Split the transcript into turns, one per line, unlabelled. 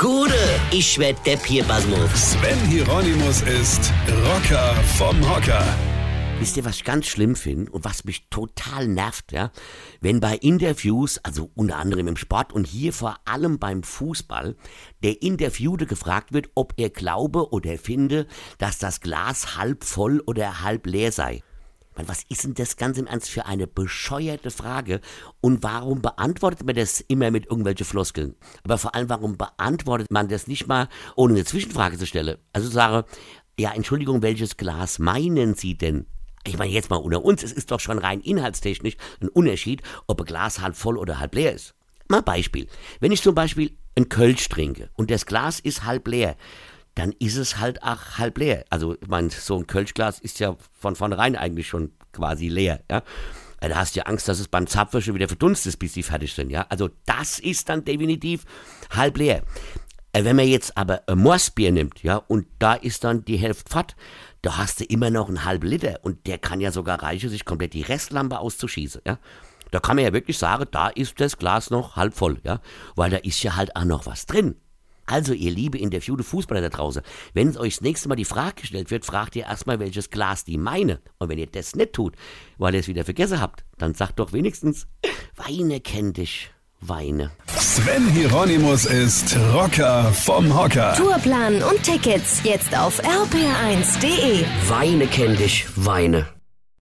Gude, ich werd Depp hier, Basmus.
Sven Hieronymus ist Rocker vom Hocker.
Wisst ihr, was ich ganz schlimm finde und was mich total nervt, ja? Wenn bei Interviews, also unter anderem im Sport und hier vor allem beim Fußball, der Interviewte gefragt wird, ob er glaube oder finde, dass das Glas halb voll oder halb leer sei. Man, was ist denn das ganz im Ernst für eine bescheuerte Frage? Und warum beantwortet man das immer mit irgendwelchen Floskeln? Aber vor allem, warum beantwortet man das nicht mal, ohne eine Zwischenfrage zu stellen? Also sage, ja, Entschuldigung, welches Glas meinen Sie denn? Ich meine, jetzt mal unter uns, es ist doch schon rein inhaltstechnisch ein Unterschied, ob ein Glas halb voll oder halb leer ist. Mal Beispiel. Wenn ich zum Beispiel ein Kölsch trinke und das Glas ist halb leer, dann ist es halt auch halb leer. Also, ich meine, so ein Kölschglas ist ja von vornherein eigentlich schon quasi leer, ja. Da hast du ja Angst, dass es beim Zapfen schon wieder verdunstet ist, bis die fertig sind, ja. Also, das ist dann definitiv halb leer. Wenn man jetzt aber ein Morsbier nimmt, ja, und da ist dann die Hälfte fort, da hast du immer noch einen halben Liter und der kann ja sogar reichen, sich komplett die Restlampe auszuschießen, ja. Da kann man ja wirklich sagen, da ist das Glas noch halb voll, ja, weil da ist ja halt auch noch was drin. Also, ihr liebe interviewte Fußballer da draußen, wenn euch das nächste Mal die Frage gestellt wird, fragt ihr erstmal, welches Glas die meine. Und wenn ihr das nicht tut, weil ihr es wieder vergessen habt, dann sagt doch wenigstens, Weine kenn dich, Weine.
Sven Hieronymus ist Rocker vom Hocker.
Tourplan und Tickets jetzt auf rpr1.de.
Weine kenn dich, Weine.